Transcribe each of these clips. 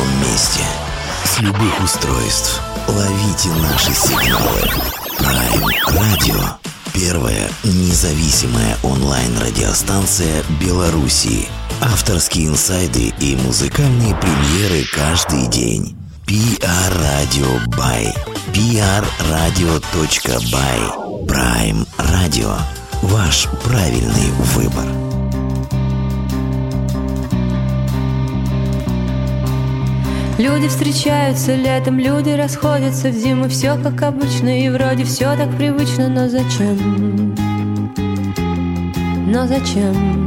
любом месте, с любых устройств. Ловите наши сигналы. Prime Radio. Первая независимая онлайн-радиостанция Белоруссии. Авторские инсайды и музыкальные премьеры каждый день. PR Radio by prradio.by. Prime Radio. Ваш правильный выбор. Люди встречаются летом, люди расходятся в зиму. Все как обычно и вроде все так привычно. Но зачем? Но зачем?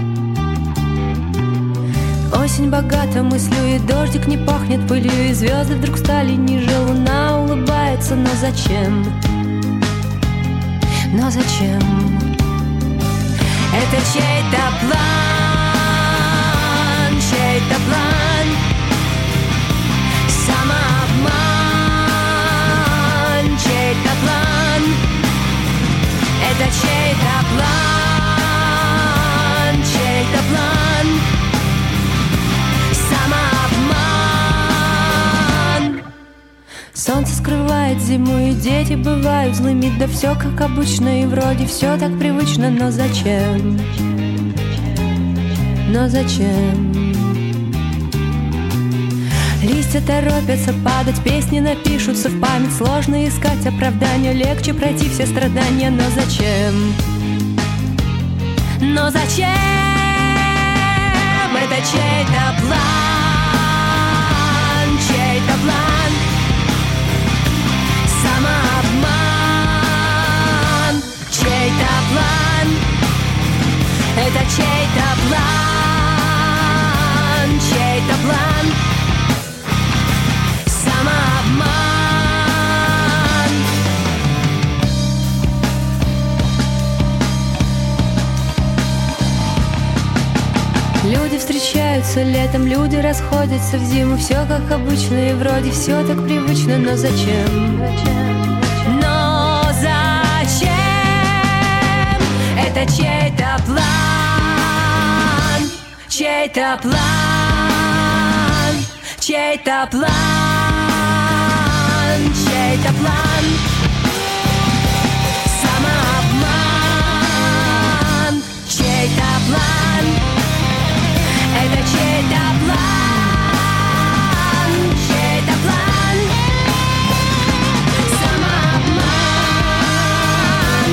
Осень богата мыслью, и дождик не пахнет пылью, и звезды вдруг стали ниже, луна улыбается. Но зачем? Но зачем? Это чей-то план, чей-то план. Самообман, чей-то план. Это чей-то план, чей-то план. Самообман. Солнце скрывает зиму, и дети бывают злыми. Да все как обычно, и вроде все так привычно. Но зачем? Но зачем? Листья торопятся падать, песни напишутся в память. Сложно искать оправдания, легче пройти все страдания. Но зачем? Но зачем? Это чей-то план, чей-то план. Самообман, чей-то план. Это чей-то план, чей-то план. Люди встречаются летом, люди расходятся в зиму. Все как обычно и вроде все так привычно. Но зачем? Но зачем? Это чей-то план, чей-то план, чей-то план, чей-то план. Самообман, чей-то план. Это чей-то план, чей-то план. Самообман.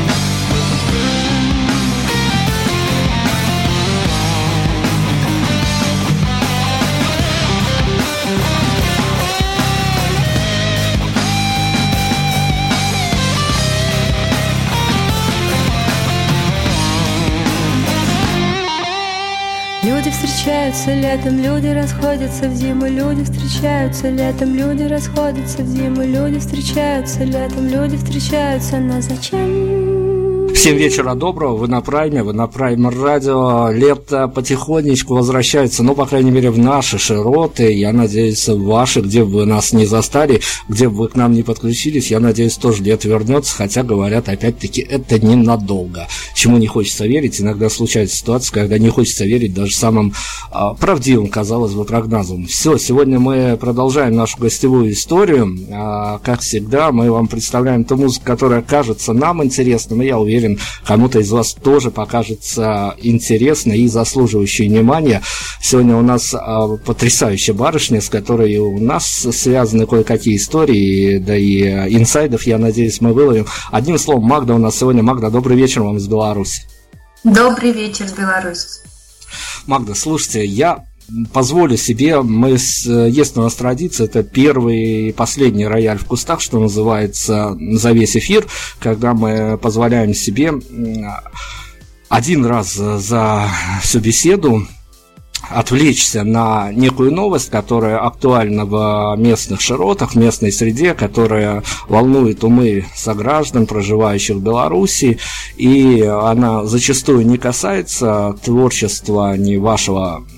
Люди встречаются летом, люди расходятся в зиму. Люди встречаются летом, люди расходятся в зиму. Люди встречаются летом, люди встречаются. Но зачем? Всем вечера доброго, вы на Прайме радио. Лето потихонечку возвращается, ну, по крайней мере, в наши широты. Я надеюсь, в ваши, где бы вы нас не застали, где бы вы к нам не подключились, я надеюсь, тоже лето вернется, хотя, говорят, опять-таки, это ненадолго. Чему не хочется верить, иногда случается ситуация, когда не хочется верить даже самым правдивым, казалось бы, прогнозам. Все, сегодня мы продолжаем нашу гостевую историю. Как всегда, мы вам представляем ту музыку, которая кажется нам интересной, и я уверен, кому-то из вас тоже покажется интересной и заслуживающей внимания. Сегодня у нас потрясающая барышня, с которой у нас связаны кое-какие истории, да и инсайдов, я надеюсь, мы выловим. Одним словом, Магда у нас сегодня. Магда, добрый вечер вам из Беларуси. Добрый вечер, Беларусь. Магда, слушайте, я позволю себе, есть у нас традиция, это первый и последний рояль в кустах, что называется, за весь эфир, когда мы позволяем себе один раз за всю беседу отвлечься на некую новость, которая актуальна в местных широтах, в местной среде, которая волнует умы сограждан, проживающих в Беларуси, и она зачастую не касается творчества ни вашего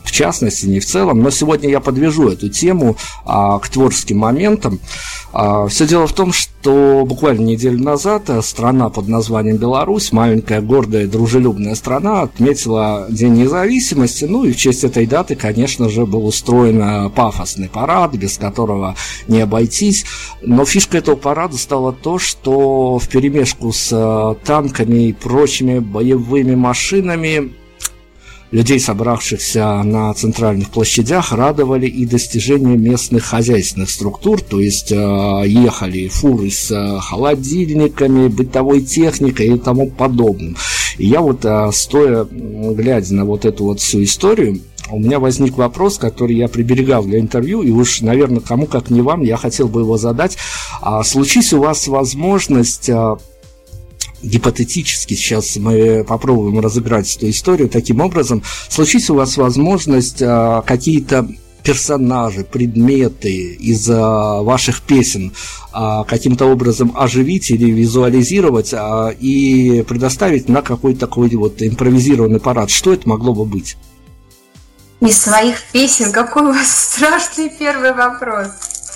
в частности, не в целом. Но сегодня я подвяжу эту тему к творческим моментам. Все дело в том, что буквально неделю назад страна под названием Беларусь, маленькая, гордая, дружелюбная страна, отметила День независимости. Ну и в честь этой даты, конечно же, был устроен пафосный парад, без которого не обойтись. Но фишкой этого парада стало то, что вперемешку с танками и прочими боевыми машинами людей, собравшихся на центральных площадях, радовали и достижения местных хозяйственных структур, то есть ехали фуры с холодильниками, бытовой техникой и тому подобным. И я вот, стоя, глядя на вот эту вот всю историю, у меня возник вопрос, который я приберегал для интервью, и уж, наверное, кому как не вам, я хотел бы его задать. Случись у вас возможность... Гипотетически сейчас мы попробуем разыграть эту историю таким образом. Случись у вас возможность какие-то персонажи, предметы из ваших песен каким-то образом оживить или визуализировать и предоставить на какой-то такой вот импровизированный парад. Что это могло бы быть? Из своих песен? Какой у вас страшный первый вопрос.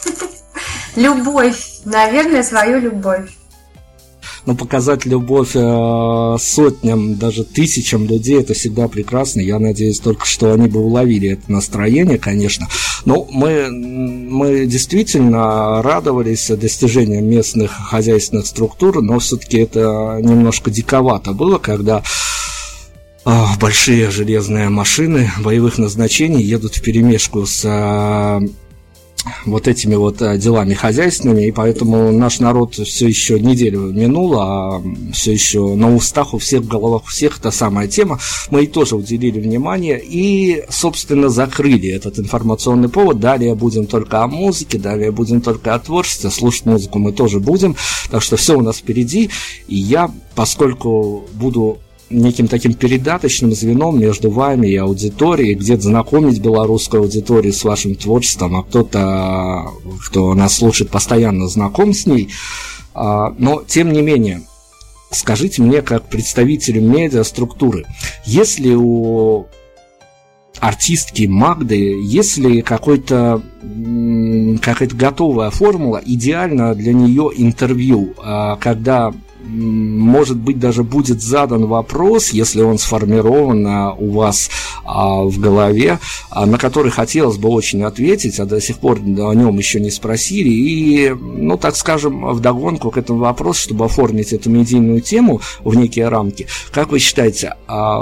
Любовь. Наверное, свою любовь. Но показать любовь сотням, даже тысячам людей, это всегда прекрасно. Я надеюсь только, что они бы уловили это настроение, конечно. Но мы действительно радовались достижениям местных хозяйственных структур, но все-таки это немножко диковато было, когда большие железные машины боевых назначений едут вперемешку с вот этими вот делами хозяйственными, и поэтому наш народ все еще неделю минул, а все еще на устах у всех, в головах у всех эта самая тема. Мы ей тоже уделили внимание и, собственно, закрыли этот информационный повод. Далее будем только о музыке, далее будем только о творчестве, слушать музыку мы тоже будем, так что все у нас впереди, и я, поскольку буду неким таким передаточным звеном между вами и аудиторией, где-то знакомить белорусскую аудиторию с вашим творчеством, а кто-то, кто нас слушает, постоянно знаком с ней. Но, тем не менее, скажите мне, как представителю медиаструктуры, есть ли у артистки Магды, есть ли какая-то готовая формула, идеально для нее интервью, когда... может быть, даже будет задан вопрос, если он сформирован у вас в голове, на который хотелось бы очень ответить, а до сих пор о нем еще не спросили, и, ну, так скажем, вдогонку к этому вопросу, чтобы оформить эту медийную тему в некие рамки. Как вы считаете,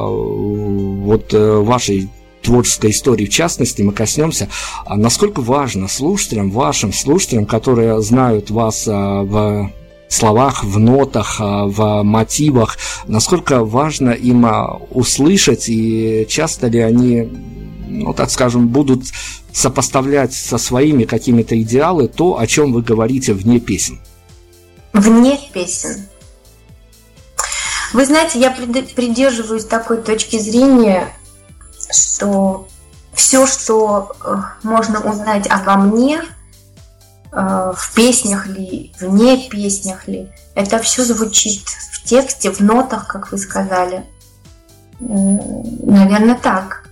вот вашей творческой истории, в частности, мы коснемся, насколько важно слушателям, вашим слушателям, которые знают вас в словах, в нотах, в мотивах, насколько важно им услышать, и часто ли они, ну, так скажем, будут сопоставлять со своими какими-то идеалами то, о чем вы говорите вне песен? Вне песен. Вы знаете, я придерживаюсь такой точки зрения, что все, что можно узнать обо мне, в песнях ли, вне песнях ли, это все звучит в тексте, в нотах, как вы сказали. Наверное, так.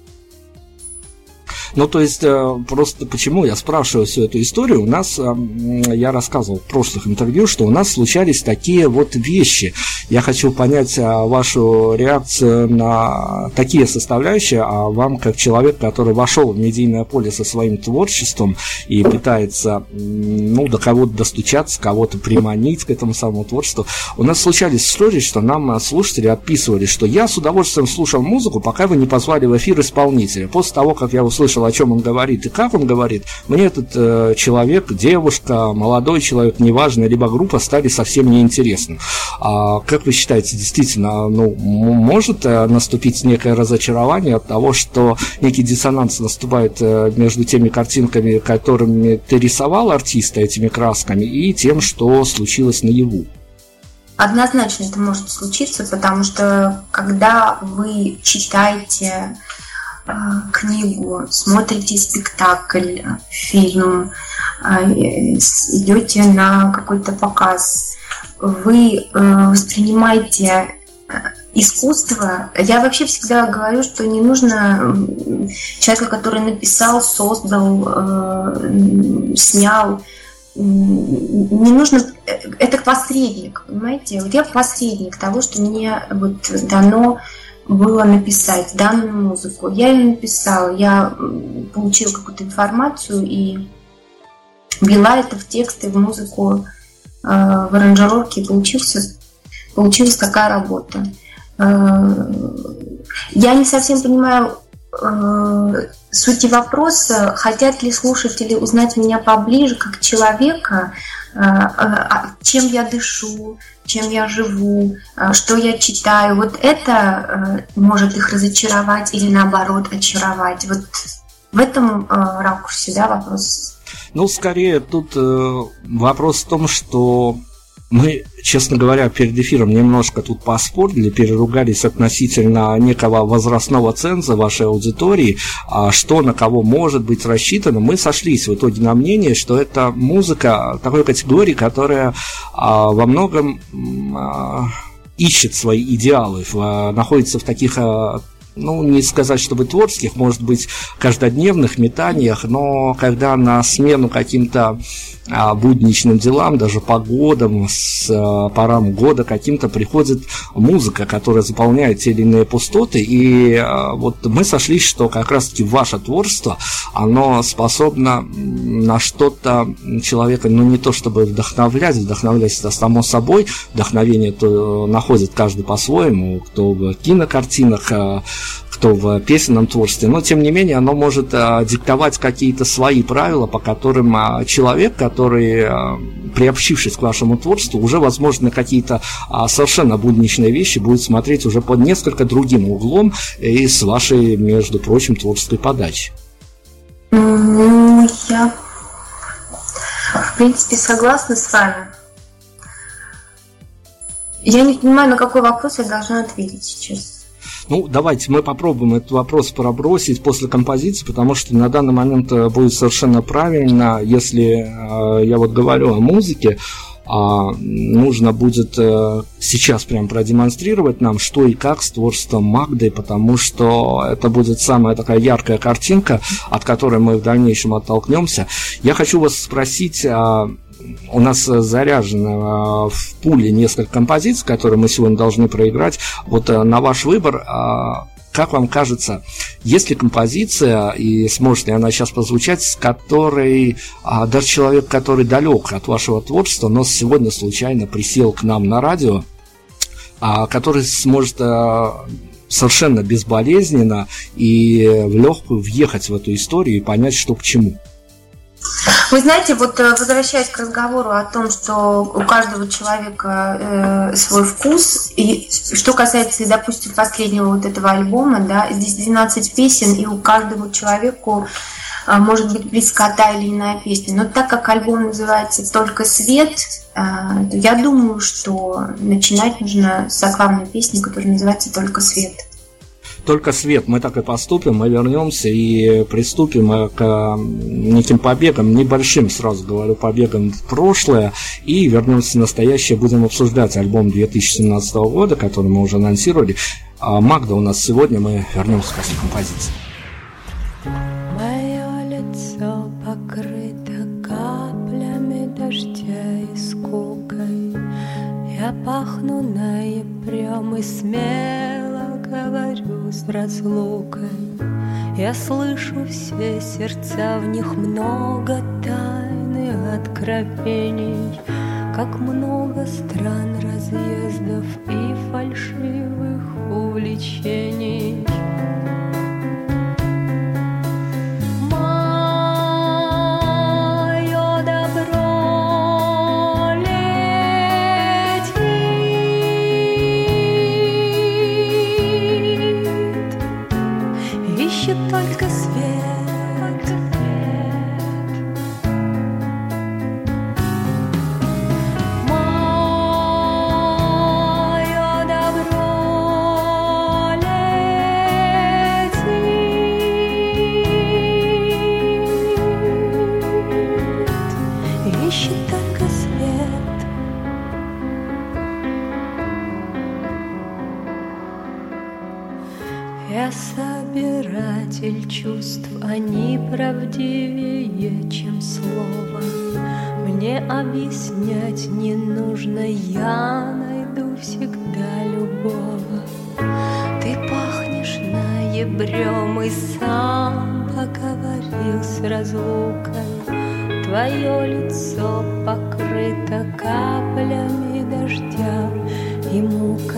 Ну, то есть, просто почему я спрашиваю всю эту историю, у нас, я рассказывал в прошлых интервью, что у нас случались такие вот вещи. Я хочу понять вашу реакцию на такие составляющие, а вам, как человек, который вошел в медийное поле со своим творчеством и пытается, ну, до кого-то достучаться, кого-то приманить к этому самому творчеству, у нас случались истории, что нам слушатели отписывали, что я с удовольствием слушал музыку, пока вы не позвали в эфир исполнителя. После того, как я услышал, о чем он говорит и как он говорит, мне этот человек, девушка, молодой человек, неважно, либо группа стали совсем неинтересны. Как вы считаете, действительно, ну, может наступить некое разочарование от того, что некий диссонанс наступает между теми картинками, которыми ты рисовал артиста этими красками, и тем, что случилось наяву? Однозначно это может случиться, потому что когда вы читаете книгу, смотрите спектакль, фильм, идете на какой-то показ, вы воспринимаете искусство. Я вообще всегда говорю, что не нужно человека, который написал, создал, снял, не нужно, это посредник, понимаете? Вот я посредник того, что мне вот дано было написать данную музыку. Я ее написала, я получила какую-то информацию и ввела это в тексты, в музыку, в аранжировки, и получилась такая работа. Я не совсем понимаю сути вопроса, хотят ли слушатели узнать меня поближе, как человека, чем я дышу, чем я живу, что я читаю. Вот это может их разочаровать или наоборот очаровать. Вот в этом ракурсе, да, вопрос. Ну, скорее, тут вопрос в том, что мы, честно говоря, перед эфиром немножко тут поспорили, переругались относительно некого возрастного ценза вашей аудитории, что на кого может быть рассчитано. Мы сошлись в итоге на мнении, что это музыка такой категории, которая во многом ищет свои идеалы, находится в таких, ну, не сказать, чтобы творческих, может быть, каждодневных метаниях, но когда на смену каким-то будничным делам, даже погодам, с порам года каким-то приходит музыка, которая заполняет те или иные пустоты, и вот мы сошлись, что как раз-таки ваше творчество, оно способно на что-то человека, ну, не то чтобы вдохновлять это само собой, вдохновение то находит каждый по-своему, кто в кинокартинах, кто в песенном творчестве, но тем не менее оно может диктовать какие-то свои правила, по которым человек, который, приобщившись к вашему творчеству, уже, возможно, какие-то совершенно будничные вещи будет смотреть уже под несколько другим углом и с вашей, между прочим, творческой подачи. Я, в принципе, согласна с вами. Я не понимаю, на какой вопрос я должна ответить сейчас. Ну, давайте мы попробуем этот вопрос пробросить после композиции, потому что на данный момент будет совершенно правильно, если я вот говорю о музыке, нужно будет сейчас прям продемонстрировать нам, что и как с творчеством Магды, потому что это будет самая такая яркая картинка, от которой мы в дальнейшем оттолкнемся. Я хочу вас спросить, у нас заряжено в пуле несколько композиций, которые мы сегодня должны проиграть. Вот на ваш выбор, как вам кажется, есть ли композиция, и сможет ли она сейчас прозвучать, с которой даже человек, который далек от вашего творчества, но сегодня случайно присел к нам на радио, который сможет совершенно безболезненно и в легкую въехать в эту историю и понять, что к чему? Вы знаете, вот возвращаясь к разговору о том, что у каждого человека свой вкус, и что касается, допустим, последнего вот этого альбома, да, здесь 12 песен, и у каждого человека может быть близка та или иная песня. Но так как альбом называется «Только свет», то я думаю, что начинать нужно с заглавной песни, которая называется «Только свет». Только свет, мы так и поступим, мы вернемся и приступим к неким побегам, небольшим, сразу говорю, побегам в прошлое, и вернемся в настоящее, будем обсуждать альбом 2017 года, который мы уже анонсировали. Магда у нас сегодня, мы вернемся после композиции. Мое лицо покрыто каплями дождя и скукой, я пахну наипрём и смело говорю с разлукой. Я слышу все сердца, в них много тайн и откровений, как много стран, разъездов и фальшивых увлечений. Только свет, мое добро летит, ищет только свет. чувств, они правдивее, чем слово. Мне объяснять не нужно, я найду всегда любого. Ты пахнешь ноябрем и сам поговорил с разлукой. Твое лицо покрыто каплями дождя и мукой.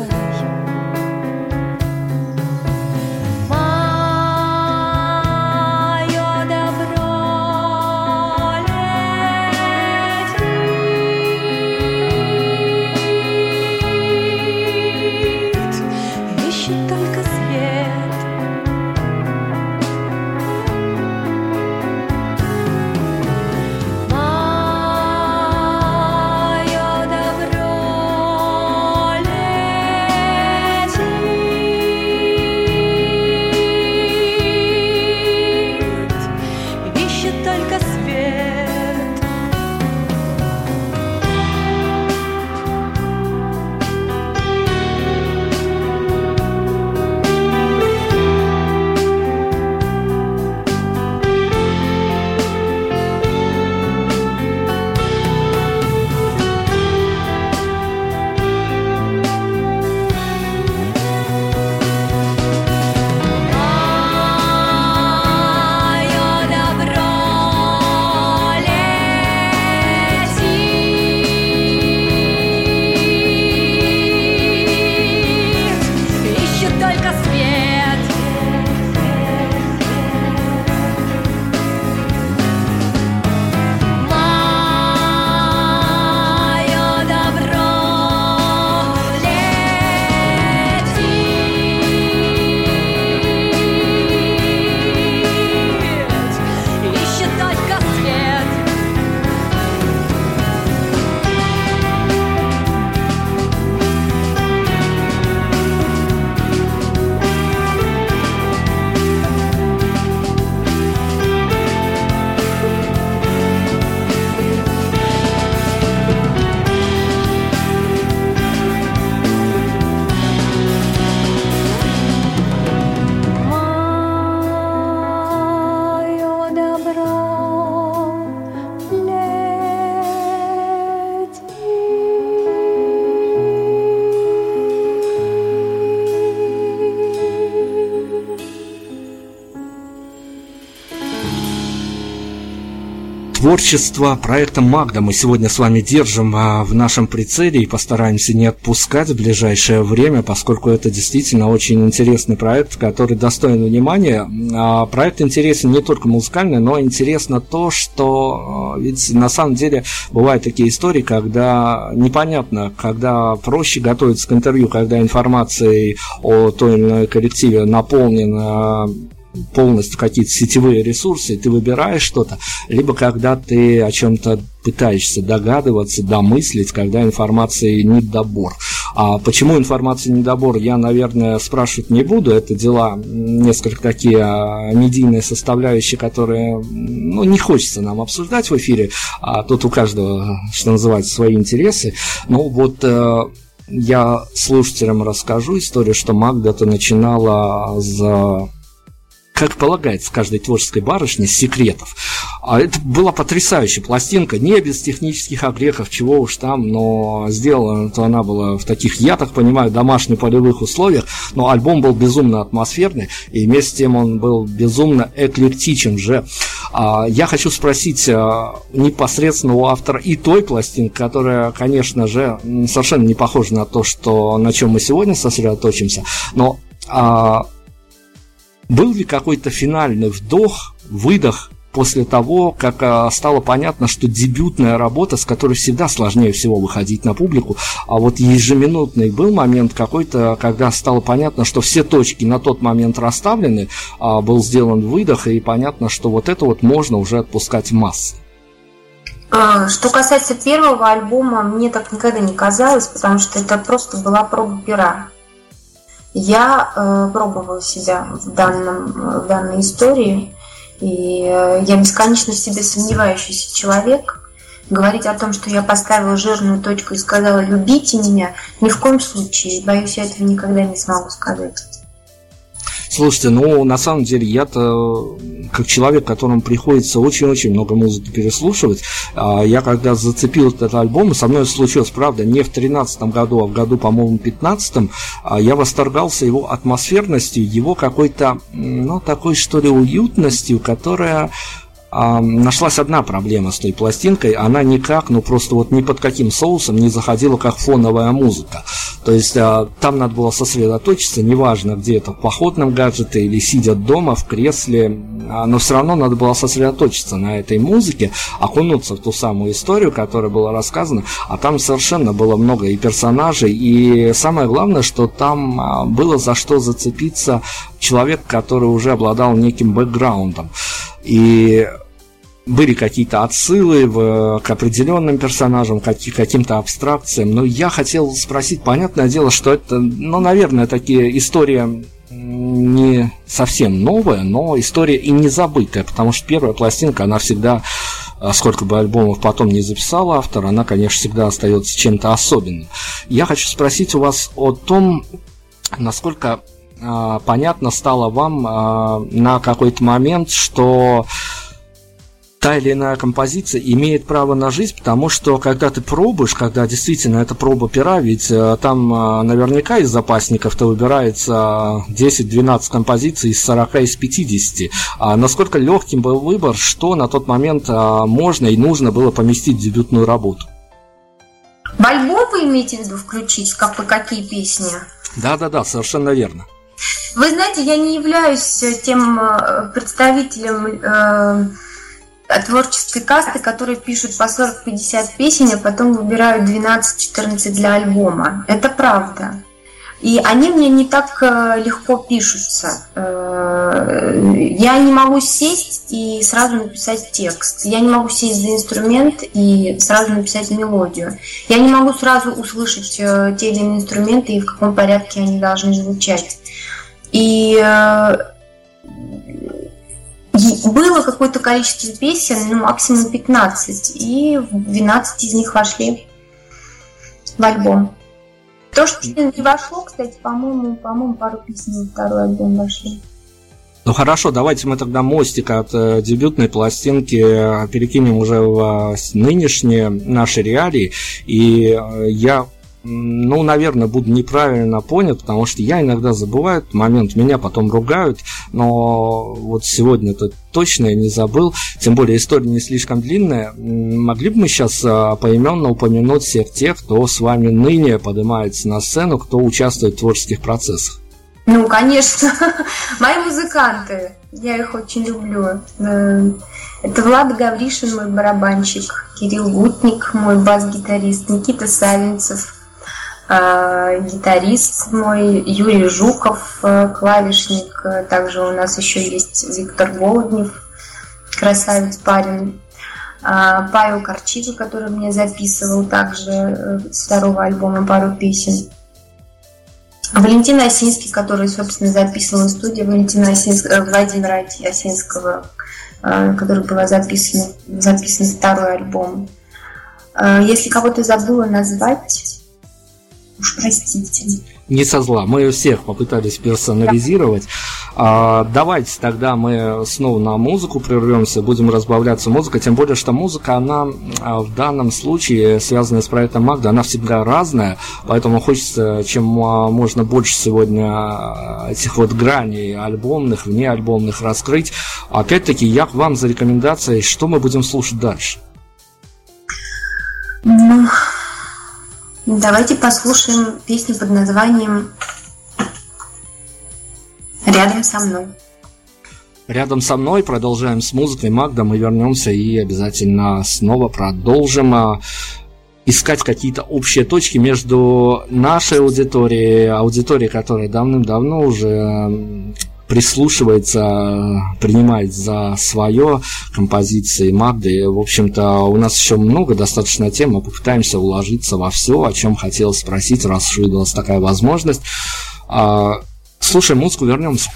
Творчество проекта «Магда» мы сегодня с вами держим в нашем прицеле и постараемся не отпускать в ближайшее время, поскольку это действительно очень интересный проект, который достоин внимания. Проект интересен не только музыкально, но интересно то, что ведь на самом деле бывают такие истории, когда непонятно, когда проще готовиться к интервью, когда информацией о той или иной коллективе наполнена полностью какие-то сетевые ресурсы, и ты выбираешь что-то, либо когда ты о чем-то пытаешься догадываться, домыслить, когда информации недобор. А почему информации недобор, я, наверное, спрашивать не буду. Это дела несколько такие медийные составляющие, которые не хочется нам обсуждать в эфире, а тут у каждого, что называется, свои интересы. Я слушателям расскажу историю, что Магда-то начинала как полагается, каждой творческой барышне, с секретов. А это была потрясающая пластинка, не без технических огрехов, чего уж там, но сделана-то она была в таких, я так понимаю, домашних полевых условиях, но альбом был безумно атмосферный, и вместе с тем он был безумно эклектичен же. Я хочу спросить непосредственно у автора и той пластинки, которая, конечно же, совершенно не похожа на то, на чем мы сегодня сосредоточимся, но был ли какой-то финальный вдох, выдох после того, как стало понятно, что дебютная работа, с которой всегда сложнее всего выходить на публику, а вот ежеминутный был момент какой-то, когда стало понятно, что все точки на тот момент расставлены, был сделан выдох, и понятно, что вот это вот можно уже отпускать в массы? Что касается первого альбома, мне так никогда не казалось, потому что это просто была проба пера. Я пробовала себя в данной истории, и я бесконечно в себе сомневающийся человек. Говорить о том, что я поставила жирную точку и сказала «любите меня», ни в коем случае, боюсь, я этого никогда не смогу сказать. Слушайте, ну, на самом деле, я-то, как человек, которому приходится очень-очень много музыки переслушивать, я когда зацепил этот альбом, и со мной случилось, правда, не в 13-м году, а в году, по-моему, 15-м, я восторгался его атмосферностью, его какой-то, ну, такой, что ли, уютностью, которая... Нашлась одна проблема с той пластинкой, она никак, ну просто вот ни под каким соусом не заходила как фоновая музыка. То есть там надо было сосредоточиться, неважно, где это, в походном гаджете или сидя дома в кресле, но все равно надо было сосредоточиться на этой музыке, окунуться в ту самую историю, которая была рассказана, а там совершенно было много и персонажей, и самое главное, что там было за что зацепиться человек, который уже обладал неким бэкграундом. И были какие-то отсылы к определенным персонажам, каким-то абстракциям. Но я хотел спросить, понятное дело, что это, ну, наверное, такие история не совсем новая, но история и не забытая, потому что первая пластинка, она всегда, сколько бы альбомов потом не записал автор, она, конечно, всегда остается чем-то особенным. Я хочу спросить у вас о том, насколько понятно стало вам на какой-то момент, что та или иная композиция имеет право на жизнь, потому что когда ты пробуешь, когда действительно это проба пера, ведь там наверняка из запасников-то выбирается 10-12 композиций из 40, из 50. Насколько легким был выбор, что на тот момент можно и нужно было поместить в дебютную работу? В альбом вы имеете в виду включить, какие песни? Да, совершенно верно. Вы знаете, я не являюсь тем представителем творческой касты, которые пишут по 40-50 песен, а потом выбирают 12-14 для альбома. Это правда. И они мне не так легко пишутся. Я не могу сесть и сразу написать текст. Я не могу сесть за инструмент и сразу написать мелодию. Я не могу сразу услышать те или иные инструменты и в каком порядке они должны звучать. И было какое-то количество песен, ну, максимум 15, и 12 из них вошли в альбом. То, что не вошло, кстати, по-моему, пару песен во второй альбом вошли. Ну хорошо, давайте мы тогда мостик от дебютной пластинки перекинем уже в нынешние наши реалии. И я, ну, наверное, буду неправильно понят, потому что я иногда забываю этот момент, меня потом ругают, но вот сегодня-то точно я не забыл, тем более история не слишком длинная. Могли бы мы сейчас поименно упомянуть всех тех, кто с вами ныне поднимается на сцену, кто участвует в творческих процессах? Ну, конечно, мои музыканты, я их очень люблю. Это Влад Гавришин, мой барабанщик, Кирилл Гутник, мой бас-гитарист, Никита Савинцев, гитарист мой, Юрий Жуков, клавишник. Также у нас еще есть Виктор Голоднев, красавец парень. Павел Корчига, который мне записывал также с второго альбома пару песен. Валентин Осинский, который, собственно, записывал студию Владимира Осинского, который был записан второй альбом. Если кого-то забыла назвать, уж простите. Не со зла, мы всех попытались персонализировать. Давайте тогда мы снова на музыку прервемся, будем разбавляться музыкой, тем более, что музыка, она в данном случае, связанная с проектом Магда, она всегда разная, поэтому хочется чем можно больше сегодня этих вот граней альбомных, внеальбомных раскрыть. Опять-таки, я к вам за рекомендацией, что мы будем слушать дальше? Давайте послушаем песню под названием «Рядом со мной». Рядом со мной. Продолжаем с музыкой Магда. Мы вернемся и обязательно снова продолжим искать какие-то общие точки между нашей аудиторией, которая давным-давно уже прислушивается, принимает за свое композиции Магды. В общем-то, у нас еще много достаточно тем, мы попытаемся уложиться во все, о чем хотелось спросить, раз уж выдалась такая возможность. Слушаем музыку, вернемся.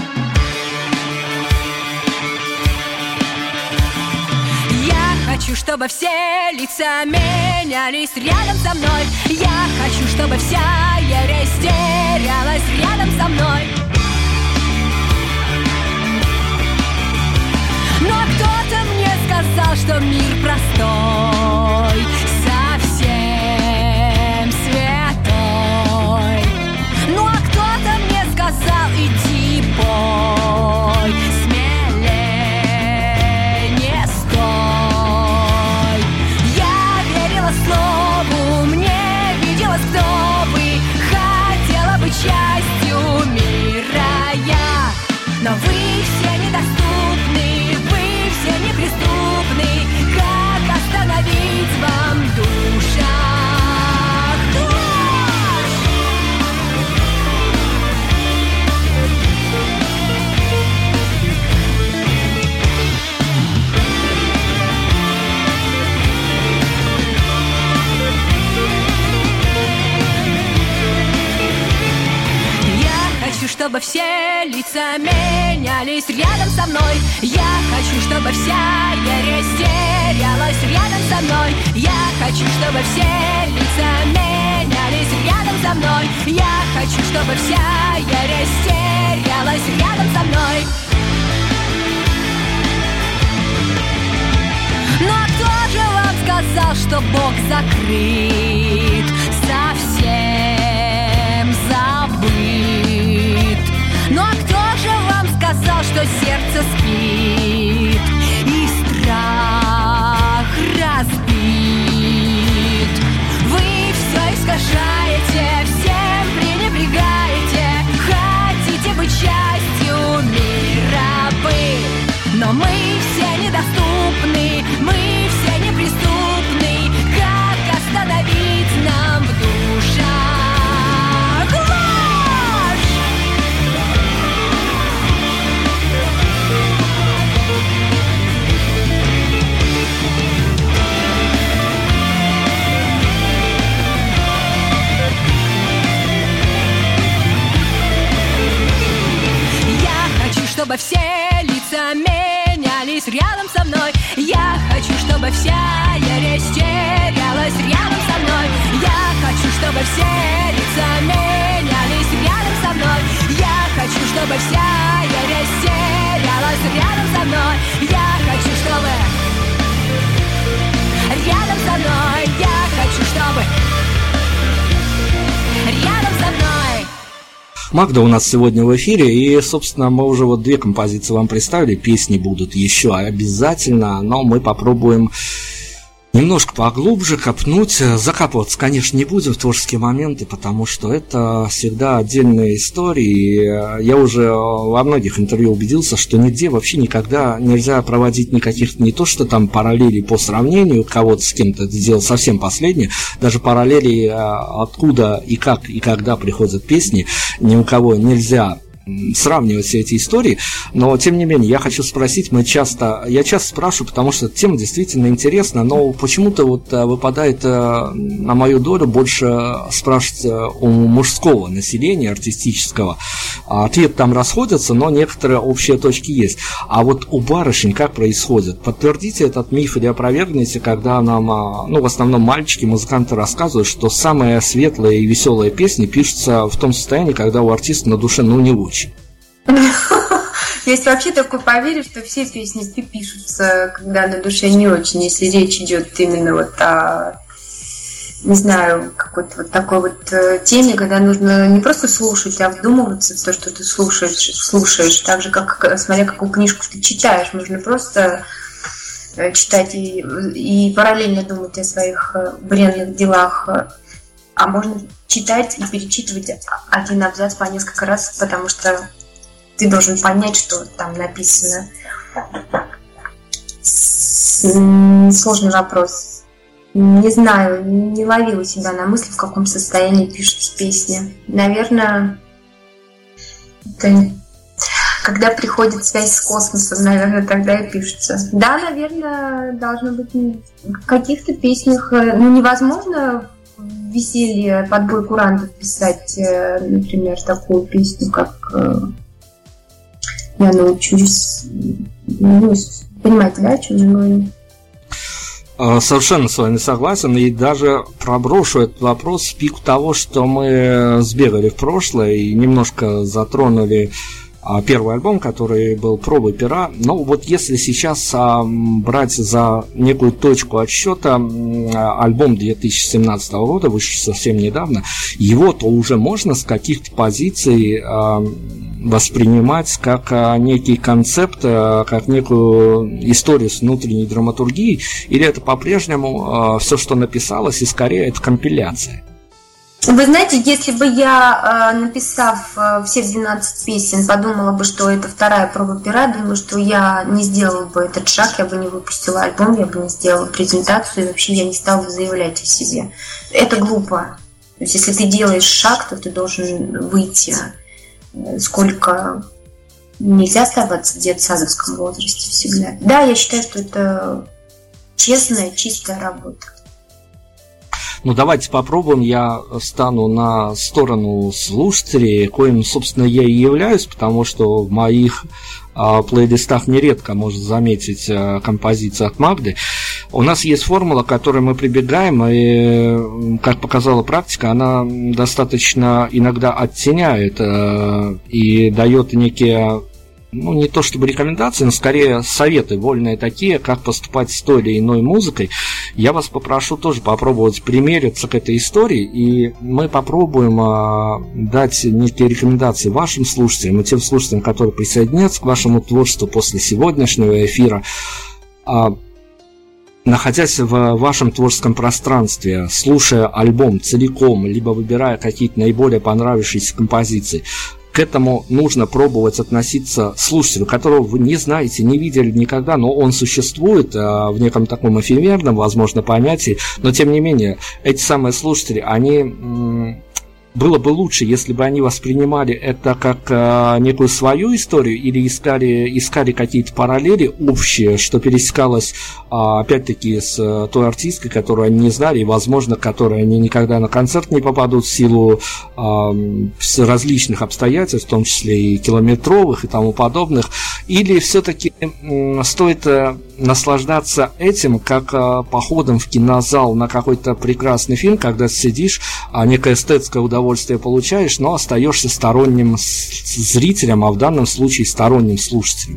Хочу, чтобы все лица менялись рядом со мной. Я хочу, чтобы вся ересь терялась рядом со мной. Но кто-то мне сказал, что мир простой, совсем святой. Ну а кто-то мне сказал, иди пой, смелей не стой. Я верила слову, мне виделось, кто вы, хотела быть частью мира я. Но вы все недоступны, вы все неприступны. Как остановить вам в душах ложь? Я хочу, чтобы все лица менялись рядом со мной. Я хочу, чтобы вся ересь терялась рядом со мной. Я хочу, чтобы все лица менялись рядом со мной. Я хочу, чтобы вся ересь терялась рядом со мной. Но кто же вам сказал, что Бог закрыт, совсем забыт? Но кто же вам сказал, что сердце спит и страх разбит? Вы все искажаете, всем пренебрегаете, хотите быть частью мира вы. Но мы все недоступны, мы все неприступны. Как остановить нам в душах ложь? Я хочу, чтобы все лица менялись рядом со мной. Я хочу, чтобы вся ересь терялась рядом со мной. Я хочу, чтобы все лица менялись рядом со мной. Я хочу, чтобы вся ересь терялась рядом со мной. Я хочу, чтобы рядом со мной. Я хочу, чтобы рядом со мной. Магда у нас сегодня в эфире, и, собственно, мы уже вот 2 композиции вам представили, песни будут еще обязательно, но мы попробуем немножко поглубже копнуть. Закапываться, конечно, не будем в творческие моменты, потому что это всегда отдельная история. Я уже во многих интервью убедился, что нигде вообще никогда нельзя проводить никаких, не то что там параллелей по сравнению кого-то с кем-то, это сделал совсем последнее, даже параллелей откуда и как и когда приходят песни, ни у кого нельзя сравнивать все эти истории, но тем не менее я хочу спросить, я часто спрашиваю, потому что тема действительно интересна, но почему-то вот выпадает на мою долю больше спрашивать у мужского населения артистического. Ответы там расходятся, но некоторые общие точки есть. А вот у барышень как происходит? Подтвердите этот миф или опровергните, когда нам, в основном мальчики, музыканты рассказывают, что самые светлые и веселые песни пишутся в том состоянии, когда у артиста на душе не очень. Есть вообще такое поверье, что все песни пишутся, когда на душе не очень, если речь идет именно вот о, не знаю, какой-то вот такой вот теме, когда нужно не просто слушать, а вдумываться в то, что ты слушаешь, так же, как, смотря какую книжку ты читаешь, можно просто читать и параллельно думать о своих бренных делах, а можно читать и перечитывать один абзац по несколько раз, потому что ты должен понять, что там написано. Сложный вопрос. Не знаю, не ловила себя на мысли, в каком состоянии пишутся песни. Наверное, это когда приходит связь с космосом, наверное, тогда и пишется. Да, наверное, должно быть в каких-то песнях, невозможно веселье под бой курантов писать, например, такую песню, как «Я научусь». Понимаете, да, о чем я говорю? Совершенно с вами согласен, и даже проброшу этот вопрос в пику того, что мы сбегали в прошлое и немножко затронули первый альбом, который был пробой пера. Но вот если сейчас брать за некую точку отсчета альбом 2017 года, вышел совсем недавно, его-то уже можно с каких-то позиций воспринимать как некий концепт, как некую историю с внутренней драматургией, или это по-прежнему все, что написалось, и скорее это компиляция? Вы знаете, если бы я, написав все 12 песен, подумала бы, что это вторая проба пера, думаю, что я не сделала бы этот шаг, я бы не выпустила альбом, я бы не сделала презентацию, и вообще я не стала бы заявлять о себе. Это глупо. То есть, если ты делаешь шаг, то ты должен выйти. Сколько нельзя оставаться в детсадовском возрасте всегда. Да, я считаю, что это честная, чистая работа. Ну, давайте попробуем. Я встану на сторону слушателей, коим, собственно, я и являюсь, потому что в моих плейлистах нередко можно заметить композиции от Магды. У нас есть формула, к которой мы прибегаем, и, как показала практика, она достаточно иногда оттеняет и дает некие, ну, не то чтобы рекомендации, но скорее советы вольные такие, как поступать с той или иной музыкой. Я вас попрошу тоже попробовать примериться к этой истории, и мы попробуем дать некие рекомендации вашим слушателям и тем слушателям, которые присоединятся к вашему творчеству после сегодняшнего эфира. Находясь в вашем творческом пространстве, слушая альбом целиком, либо выбирая какие-то наиболее понравившиеся композиции, к этому нужно пробовать относиться слушателю, которого вы не знаете, не видели никогда, но он существует в неком таком эфемерном, возможно, понятии, но тем не менее, эти самые слушатели, они... Было бы лучше, если бы они воспринимали это как некую свою историю или искали какие-то параллели общие, что пересекалось, опять-таки, с той артисткой, которую они не знали, и, возможно, которой они никогда на концерт не попадут в силу различных обстоятельств, в том числе и километровых и тому подобных. Или все-таки стоит наслаждаться этим, как походом в кинозал на какой-то прекрасный фильм, когда ты сидишь, некое эстетское удовольствие получаешь, но остаешься сторонним зрителем, а в данном случае сторонним слушателем.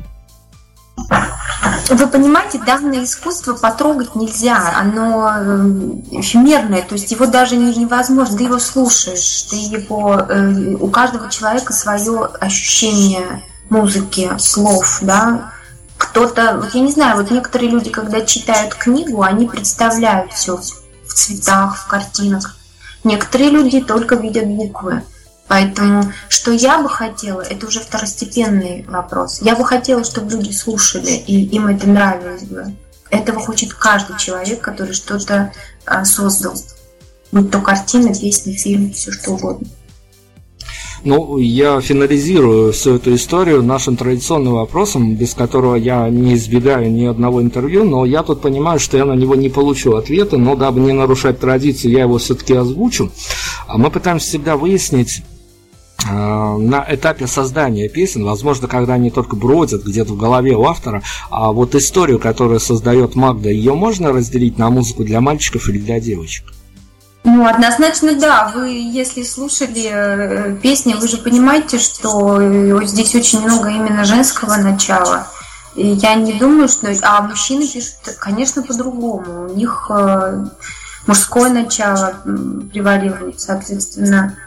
Вы понимаете, данное искусство потрогать нельзя, оно эфемерное, то есть его даже невозможно, ты его слушаешь, ты его, у каждого человека свое ощущение музыки, слов, да. Кто-то, вот я не знаю, вот некоторые люди, когда читают книгу, они представляют все в цветах, в картинах. Некоторые люди только видят буквы. Поэтому, что я бы хотела, это уже второстепенный вопрос. Я бы хотела, чтобы люди слушали, и им это нравилось бы. Этого хочет каждый человек, который что-то создал. Будь то картина, песня, фильм, все что угодно. Ну, я финализирую всю эту историю нашим традиционным вопросом, без которого я не избегаю ни одного интервью, но я тут понимаю, что я на него не получу ответа, но дабы не нарушать традицию, я его все-таки озвучу. Мы пытаемся всегда выяснить на этапе создания песен, возможно, когда они только бродят где-то в голове у автора, а вот историю, которую создает Магда, ее можно разделить на музыку для мальчиков или для девочек? Ну, однозначно, да. Вы, если слушали песни, вы же понимаете, что здесь очень много именно женского начала. И я не думаю, что... А мужчины пишут, конечно, по-другому. У них мужское начало превалирует, соответственно.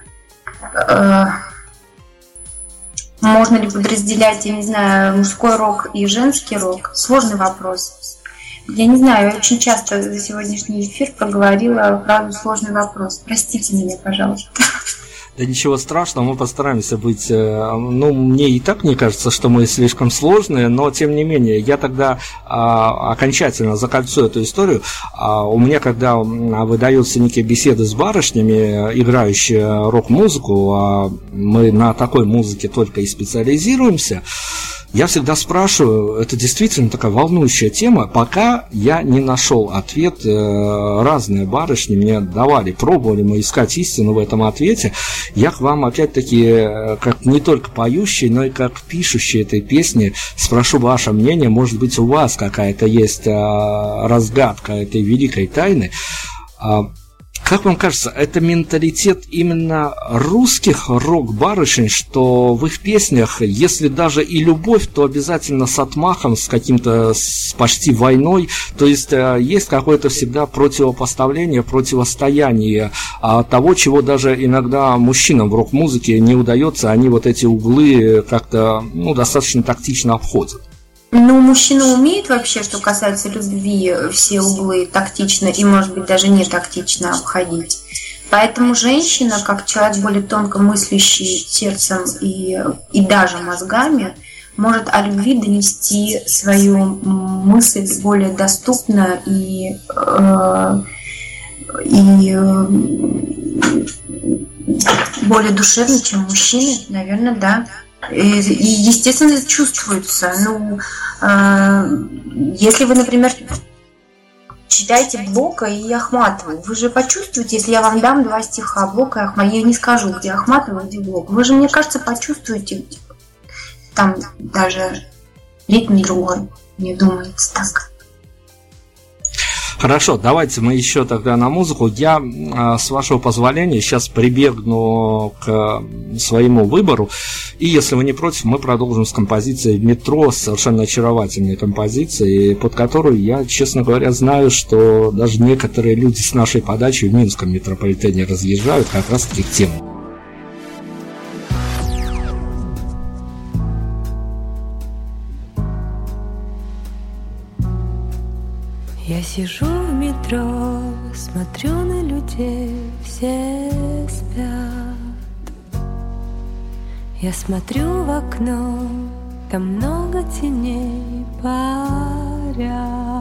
Можно ли подразделять, я не знаю, мужской рок и женский рок? Сложный вопрос. Я не знаю, я очень часто за сегодняшний эфир проговорила фразу «сложный вопрос». Простите меня, пожалуйста. Да ничего страшного, мы постараемся быть... Ну, мне и так не кажется, что мы слишком сложные, но, тем не менее, я тогда окончательно закольцую эту историю. У меня, когда выдаются некие беседы с барышнями, играющие рок-музыку, мы на такой музыке только и специализируемся, Я всегда спрашиваю, это действительно такая волнующая тема, пока я не нашел ответ. Разные барышни мне давали, пробовали мы искать истину в этом ответе. Я к вам опять-таки, как не только поющий, но и как пишущий этой песни, спрошу ваше мнение. Может быть, у вас какая-то есть разгадка этой великой тайны. Как вам кажется, это менталитет именно русских рок-барышень, что в их песнях, если даже и любовь, то обязательно с отмахом, с каким-то, с почти войной, то есть есть какое-то всегда противопоставление, противостояние того, чего даже иногда мужчинам в рок-музыке не удается, они вот эти углы как-то достаточно тактично обходят. Мужчина умеет вообще, что касается любви, все углы тактично и, может быть, даже не тактично обходить. Поэтому женщина, как человек более тонко мыслящий сердцем и даже мозгами, может о любви донести свою мысль более доступно и более душевно, чем мужчины, наверное, да. И, естественно, это чувствуется. Если вы, например, читаете Блока и Ахматову, вы же почувствуете, если я вам дам 2 стиха Блока и Ахматову, я не скажу, где Ахматова, где Блок. Вы же, мне кажется, почувствуете, там даже ритм другой, мне думается так. Хорошо, давайте мы еще тогда на музыку. Я, с вашего позволения, сейчас прибегну к своему выбору. И, если вы не против, мы продолжим с композицией «Метро», с совершенно очаровательной композицией, под которую я, честно говоря, знаю, что даже некоторые люди с нашей подачи в Минском метрополитене разъезжают как раз-таки к тему. Я сижу в метро, смотрю на людей, все спят. Я смотрю в окно, там много теней парят.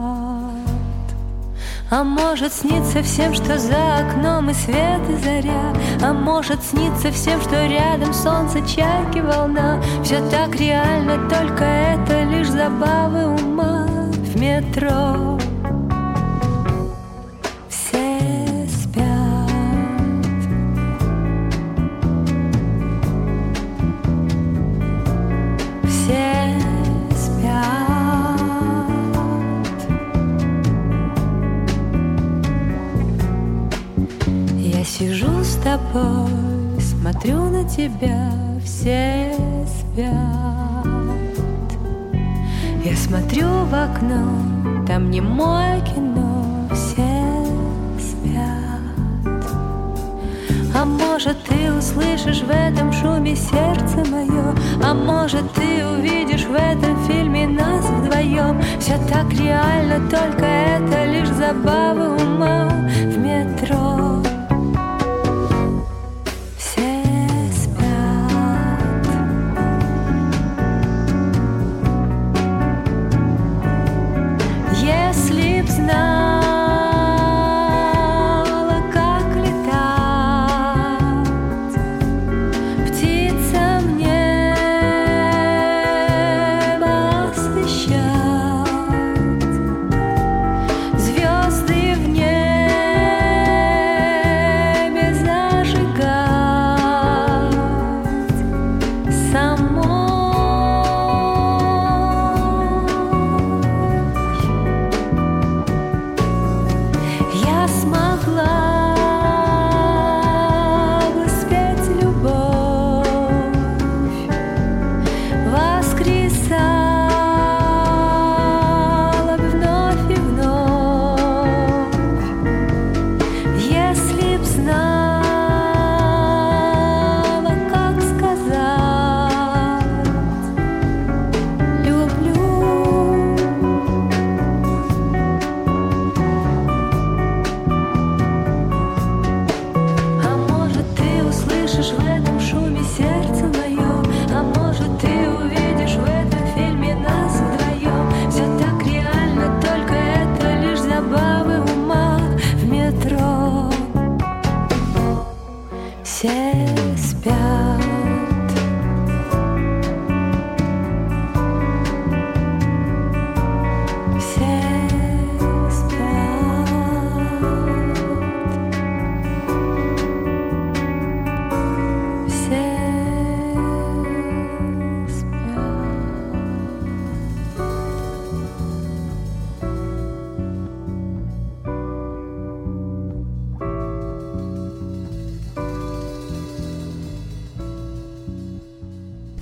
А может снится всем, что за окном и свет, и заря. А может снится всем, что рядом солнце, чайки, волна. Все так реально, только это лишь забавы ума. В метро сижу с тобой, смотрю на тебя, все спят. Я смотрю в окно, там немое кино, все спят. А может, ты услышишь в этом шуме сердце мое, а может, ты увидишь в этом фильме нас вдвоем. Все так реально, только это лишь забавы ума. В метро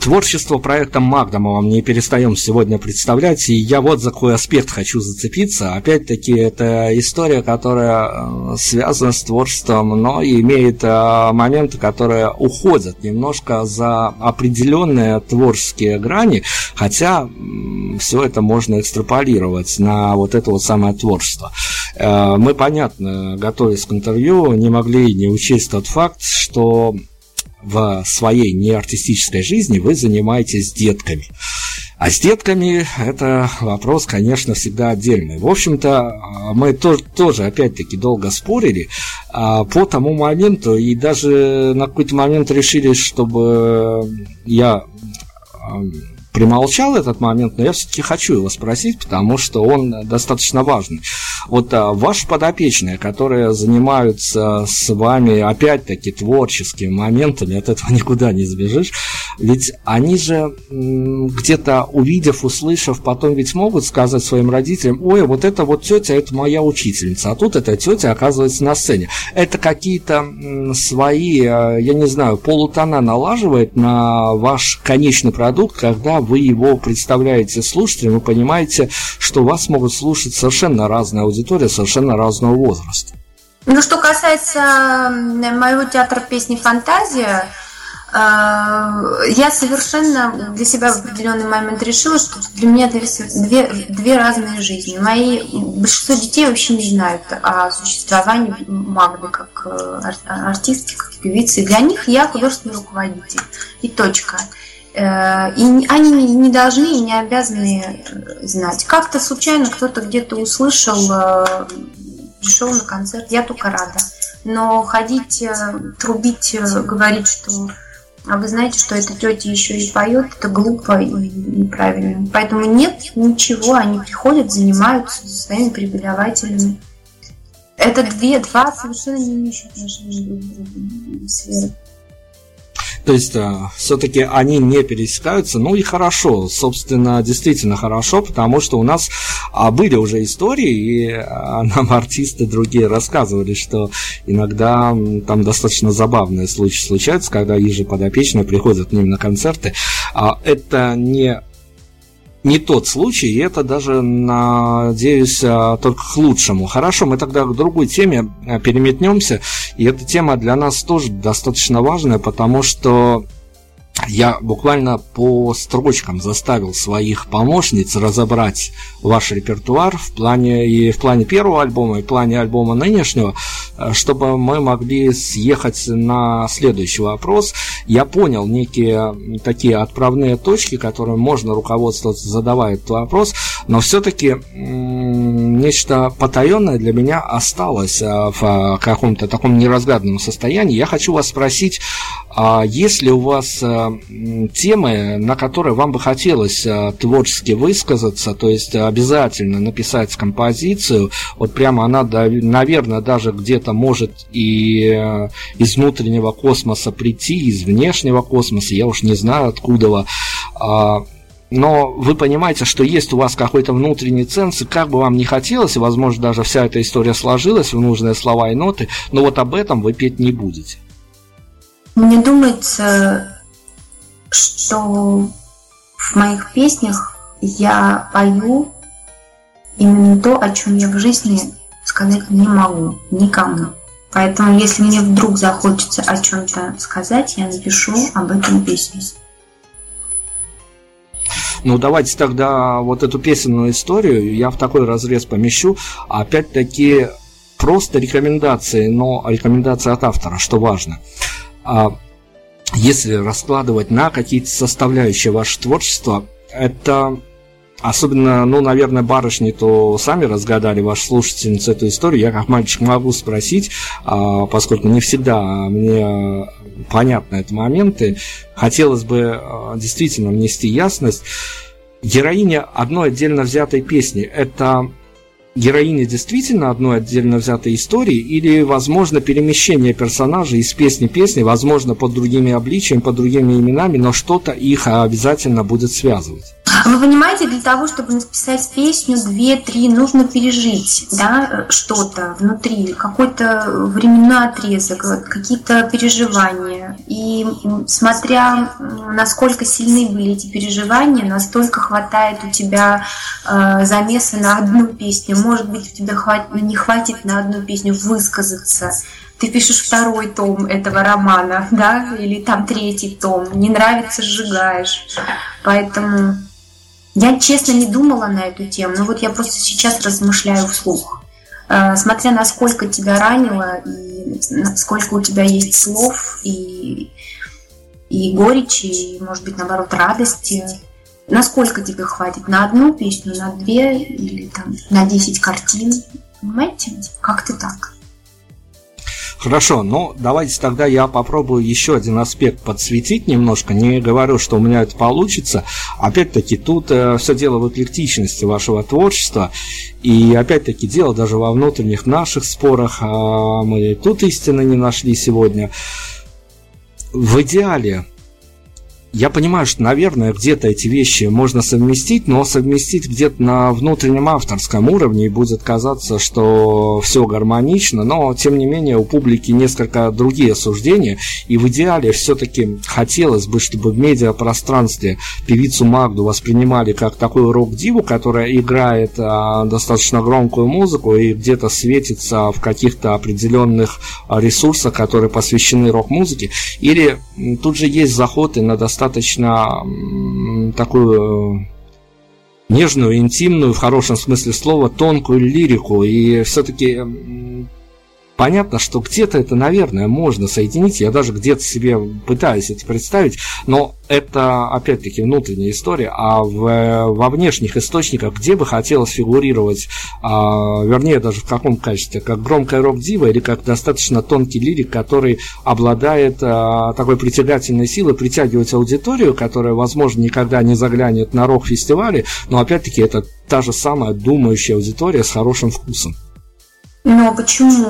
Творчество проекта «Магда» мы вам не перестаем сегодня представлять, и я вот за какой аспект хочу зацепиться. Опять-таки, это история, которая связана с творчеством, но и имеет моменты, которые уходят немножко за определенные творческие грани, хотя все это можно экстраполировать на вот это вот самое творчество. Мы, понятно, готовясь к интервью, не могли не учесть тот факт, что в своей неартистической жизни вы занимаетесь детками. А с детками это вопрос, конечно, всегда отдельный. В общем-то, мы тоже опять-таки долго спорили по тому моменту, и даже на какой-то момент решили, чтобы я примолчал этот момент, но я все-таки хочу его спросить, потому что он достаточно важный. Вот ваши подопечные, которые занимаются с вами, опять-таки, творческими моментами, от этого никуда не сбежишь, ведь они же где-то увидев, услышав, потом ведь могут сказать своим родителям: ой, вот эта вот тетя, это моя учительница, а тут эта тетя оказывается на сцене. Это какие-то свои, я не знаю, полутона налаживает на ваш конечный продукт, когда вы его представляете слушателям, вы понимаете, что вас могут слушать совершенно разная аудитория, совершенно разного возраста. Ну, что касается моего театра песни «Фантазия», я совершенно для себя в определенный момент решила, что для меня две разные жизни. Большинство детей вообще не знают о существовании Магды как артистки, как певицы. Для них я художественный руководитель. И точка. И они не должны и не обязаны знать. Как-то случайно кто-то где-то услышал, пришел на концерт, я только рада. Но ходить, трубить, говорить, что а вы знаете, что эта тетя еще и поет, это глупо и неправильно. Поэтому нет ничего, они приходят, занимаются со своими преподавателями. Это два совершенно не имеющих отношения сферы. То есть, все-таки они не пересекаются, ну и хорошо, собственно, действительно хорошо, потому что у нас были уже истории, и нам артисты другие рассказывали, что иногда там достаточно забавные случаи случаются, когда подопечные приходят к ним на концерты. Это не тот случай, и это даже, надеюсь, только к лучшему. Хорошо, мы тогда к другой теме переметнемся, и эта тема для нас тоже достаточно важная, потому что я буквально по строчкам заставил своих помощниц разобрать ваш репертуар в плане первого альбома и в плане альбома нынешнего, чтобы мы могли съехать на следующий вопрос. Я понял некие такие отправные точки, которые можно руководствоваться, задавая этот вопрос, но все-таки нечто потаенное для меня осталось в каком-то таком неразгаданном состоянии. Я хочу вас спросить, есть ли у вас темы, на которые вам бы хотелось творчески высказаться, то есть обязательно написать композицию, вот прямо она, наверное, даже где-то может и из внутреннего космоса прийти, из внешнего космоса, я уж не знаю откуда, но вы понимаете, что есть у вас какой-то внутренний ценз, и как бы вам не хотелось, и, возможно, даже вся эта история сложилась в нужные слова и ноты, но вот об этом вы петь не будете. Мне думается, что в моих песнях я пою именно то, о чем я в жизни сказать не могу никому. Поэтому, если мне вдруг захочется о чем-то сказать, я напишу об этом песню. Ну, давайте тогда вот эту песенную историю я в такой разрез помещу. Опять-таки, просто рекомендации, но рекомендации от автора, что важно. Если раскладывать на какие-то составляющие ваше творчество, это особенно, наверное, барышни, то сами разгадали, ваши слушательницы, эту историю. Я как мальчик могу спросить, поскольку не всегда мне понятны эти моменты. Хотелось бы действительно внести ясность. Героиня одной отдельно взятой песни – это героиня действительно одной отдельно взятой истории или, возможно, перемещение персонажей из песни в песни, возможно, под другими обличиями, под другими именами, но что-то их обязательно будет связывать? Вы понимаете, для того, чтобы написать песню, 2-3, нужно пережить, да, что-то внутри, какой-то временной отрезок, какие-то переживания. И смотря, насколько сильны были эти переживания, настолько хватает у тебя замеса на одну песню. Может быть, у тебя не хватит на одну песню высказаться. Ты пишешь 2-й том этого романа, да, или там 3-й том, не нравится, сжигаешь. Поэтому я, честно, не думала на эту тему, но вот я просто сейчас размышляю вслух. Смотря насколько тебя ранило, и сколько у тебя есть слов, и горечи, и, может быть, наоборот, радости, насколько тебе хватит на одну песню, на 2 или там, на 10 картин, понимаете? Как-то так. Хорошо, ну давайте тогда я попробую еще один аспект подсветить немножко. Не говорю, что у меня это получится. Опять-таки, тут все дело в эклектичности вашего творчества. И опять-таки, дело даже во внутренних наших спорах. Мы тут истины не нашли сегодня. В идеале, я понимаю, что, наверное, где-то эти вещи можно совместить, но совместить где-то на внутреннем авторском уровне, и будет казаться, что все гармонично, но, тем не менее, у публики несколько другие суждения, и в идеале все-таки хотелось бы, чтобы в медиапространстве певицу Магду воспринимали как такую рок-диву, которая играет достаточно громкую музыку и где-то светится в каких-то определенных ресурсах, которые посвящены рок-музыке, или тут же есть заход и на достаточно такую нежную, интимную, в хорошем смысле слова, тонкую лирику. И все-таки понятно, что где-то это, наверное, можно соединить. Я даже где-то себе пытаюсь это представить, но это, опять-таки, внутренняя история. А во внешних источниках, где бы хотелось фигурировать, вернее, даже в каком качестве, как громкая рок-дива или как достаточно тонкий лирик, который обладает такой притягательной силой, притягивать аудиторию, которая, возможно, никогда не заглянет на рок-фестивале, но, опять-таки, это та же самая думающая аудитория с хорошим вкусом. Но почему?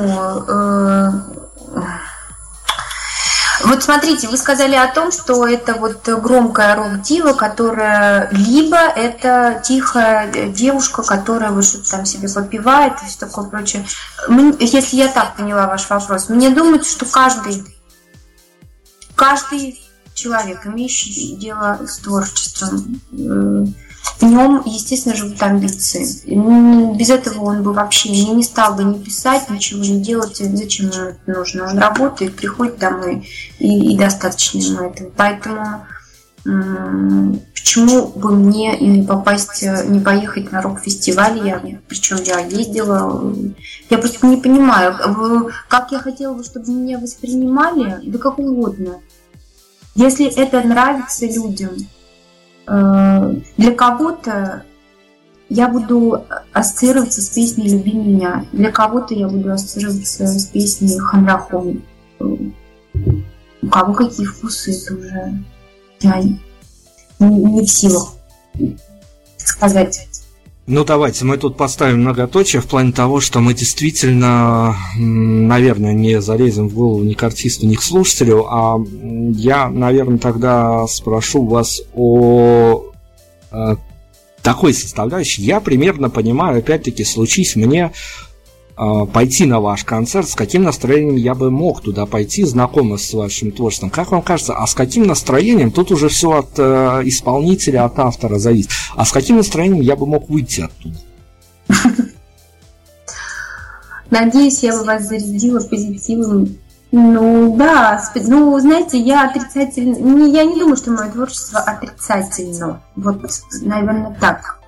Вот смотрите, вы сказали о том, что это вот громкая рок-дива, которая либо это тихая девушка, которая вот что-то там себе попивает и все такое прочее. Если я так поняла ваш вопрос, мне думается, что каждый человек, имеющий дело с творчеством, в нем, естественно, живут амбиции. Без этого он бы вообще не стал бы ни писать, ничего не делать. Зачем ему это нужно? Он работает, приходит домой, и достаточно ему этого. Поэтому почему бы мне не поехать на рок-фестиваль? Причем я ездила. Я просто не понимаю, как я хотела бы, чтобы меня воспринимали, да как угодно. Если это нравится людям, для кого-то я буду ассоциироваться с песней «Люби меня», для кого-то я буду ассоциироваться с песней «Ханрахон». У кого какие вкусы, это уже я не в силах сказать. Ну, давайте мы тут поставим многоточие в плане того, что мы действительно, наверное, не залезем в голову ни к артисту, ни к слушателю, а я, наверное, тогда спрошу вас о такой составляющей. Я примерно понимаю, опять-таки, случись мне пойти на ваш концерт, с каким настроением я бы мог туда пойти, знакомясь с вашим творчеством. Как вам кажется, а с каким настроением, тут уже все от исполнителя, от автора зависит, а с каким настроением я бы мог выйти оттуда? Надеюсь, я бы вас зарядила позитивом. Ну, да, знаете, я отрицательно... Я не думаю, что мое творчество отрицательно. Вот, наверное, так.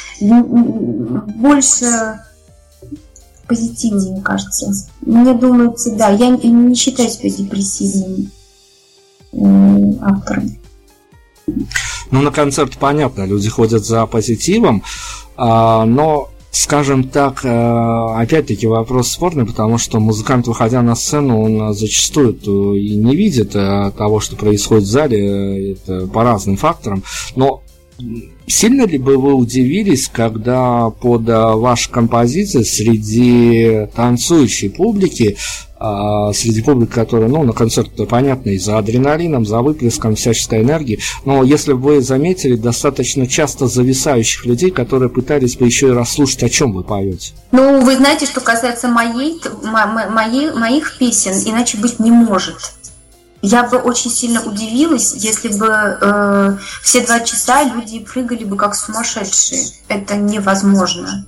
Больше... позитивнее, мне кажется. Мне думается, да, я не считаю себя депрессивным автором. Ну, на концерт понятно, люди ходят за позитивом, но, скажем так, опять-таки вопрос спорный, потому что музыкант, выходя на сцену, он зачастую и не видит того, что происходит в зале, это по разным факторам, но сильно ли бы вы удивились, когда под ваши композиции среди танцующей публики среди публики, которая, на концерт-то понятно, и за адреналином, за выплеском всяческой энергии, но если бы вы заметили, достаточно часто зависающих людей, которые пытались бы еще и расслушать, о чем вы поете. Вы знаете, что касается моих песен, иначе быть не может. Я бы очень сильно удивилась, если бы все 2 часа люди прыгали бы как сумасшедшие. Это невозможно.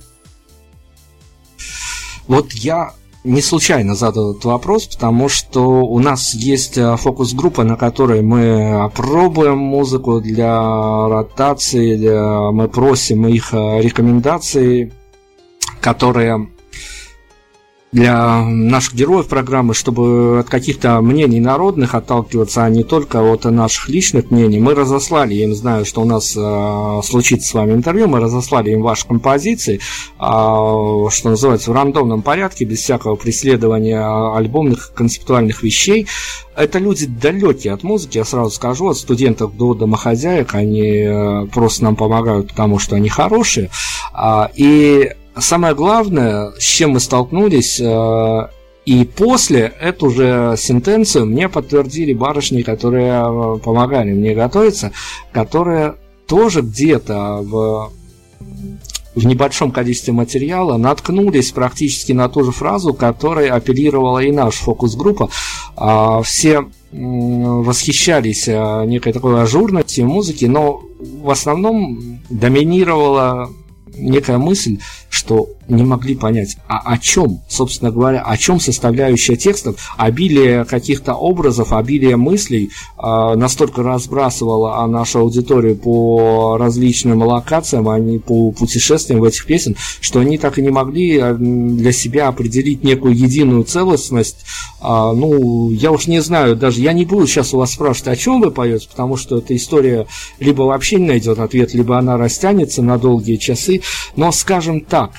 Вот я не случайно задал этот вопрос, потому что у нас есть фокус-группа, на которой мы пробуем музыку для ротации, мы просим их рекомендаций, которые для наших героев программы, чтобы от каких-то мнений народных отталкиваться, а не только от наших личных мнений. Мы разослали им, знаю, что у нас случится с вами интервью, мы разослали им ваши композиции, что называется, в рандомном порядке, без всякого преследования альбомных концептуальных вещей. Это люди далекие от музыки, я сразу скажу, от студентов до домохозяек, они просто нам помогают, потому что они хорошие. И самое главное, с чем мы столкнулись, и после эту же сентенцию мне подтвердили барышни, которые помогали мне готовиться, которые тоже где-то в небольшом количестве материала наткнулись практически на ту же фразу, которой апеллировала и наша фокус-группа. Все восхищались некой такой ажурностью музыки, но в основном доминировала некая мысль, что не могли понять, о чем, собственно говоря, о чем составляющая текстов, обилие каких-то образов, обилие мыслей настолько разбрасывало нашу аудиторию по различным локациям, они по путешествиям в этих песен, что они так и не могли для себя определить некую единую целостность. Я уж не знаю, даже я не буду сейчас у вас спрашивать, о чем вы поете, потому что эта история либо вообще не найдет ответ, либо она растянется на долгие часы, но, скажем так,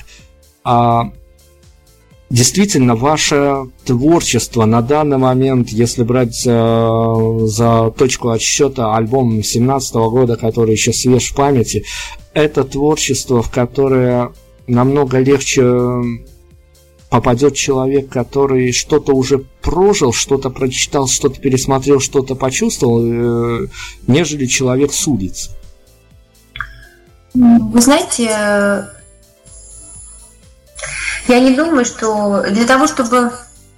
действительно, ваше творчество на данный момент, если брать за точку отсчета альбом 2017 года, который еще свеж в памяти, это творчество, в которое намного легче попадет человек, который что-то уже прожил, что-то прочитал, что-то пересмотрел, что-то почувствовал, нежели человек с улицы. Вы знаете, я не думаю, что для того, чтобы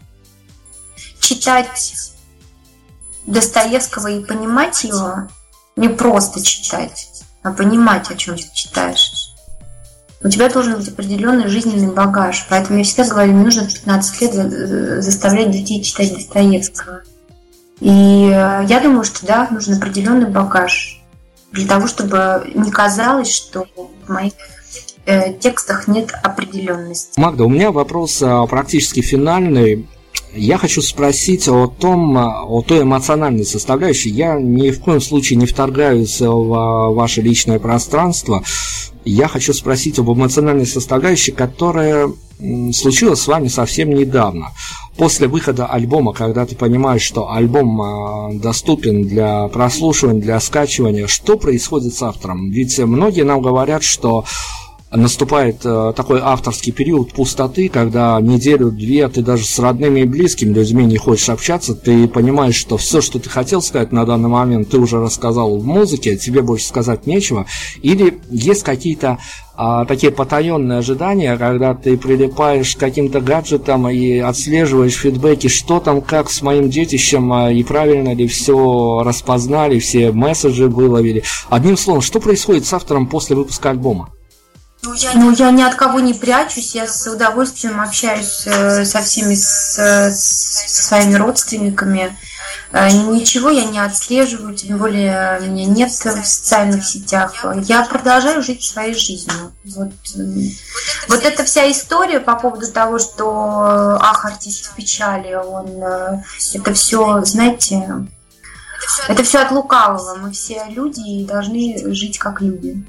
читать Достоевского и понимать его, не просто читать, а понимать, о чем ты читаешь. У тебя должен быть определенный жизненный багаж. Поэтому я всегда говорю, не нужно в 15 лет заставлять детей читать Достоевского. И я думаю, что да, нужен определенный багаж для того, чтобы не казалось, что в моих текстах нет определенности. Магда, у меня вопрос практически финальный. Я хочу спросить о той эмоциональной составляющей. Я ни в коем случае не вторгаюсь в ваше личное пространство. Я хочу спросить об эмоциональной составляющей, которая случилась с вами совсем недавно. После выхода альбома, когда ты понимаешь, что альбом доступен для прослушивания, для скачивания, что происходит с автором? Ведь многие нам говорят, что наступает такой авторский период пустоты, когда неделю-две ты даже с родными и близкими людьми не хочешь общаться, ты понимаешь, что все, что ты хотел сказать на данный момент, ты уже рассказал в музыке, тебе больше сказать нечего. Или есть какие-то такие потаенные ожидания, когда ты прилипаешь к каким-то гаджетам и отслеживаешь фидбэки, что там, как с моим детищем, и правильно ли все распознали, все месседжи выловили. Одним словом, что происходит с автором после выпуска альбома? Я ни от кого не прячусь, я с удовольствием общаюсь со всеми, со своими родственниками. Ничего я не отслеживаю, тем более меня нет в социальных сетях. Я продолжаю жить своей жизнью. Вот эта вся история по поводу того, что артист в печали, это все, знаете, это все от лукавого. Мы все люди и должны жить как люди.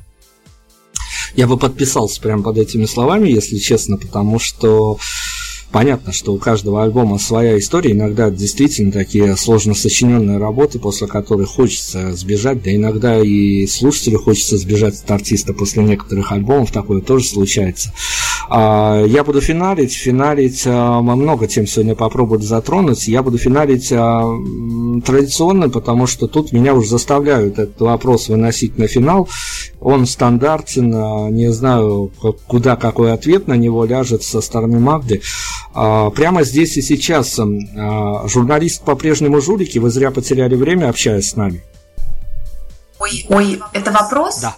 Я бы подписался прямо под этими словами, если честно, потому что понятно, что у каждого альбома своя история, иногда действительно такие сложно сочиненные работы, после которых хочется сбежать, да иногда и слушателю хочется сбежать от артиста после некоторых альбомов, такое тоже случается. Я буду финалить много тем сегодня попробую затронуть. Я буду финалить традиционно, потому что тут меня уже заставляют этот вопрос выносить на финал. Он стандартен, не знаю, куда какой ответ на него ляжет со стороны Магды. Прямо здесь и сейчас журналист по-прежнему жулики, вы зря потеряли время, общаясь с нами. Ой, это вопрос? Да.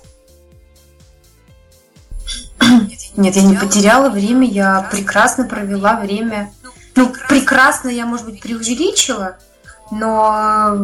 Нет, я не потеряла время, я прекрасно провела время. Ну, прекрасно я, может быть, преувеличила, но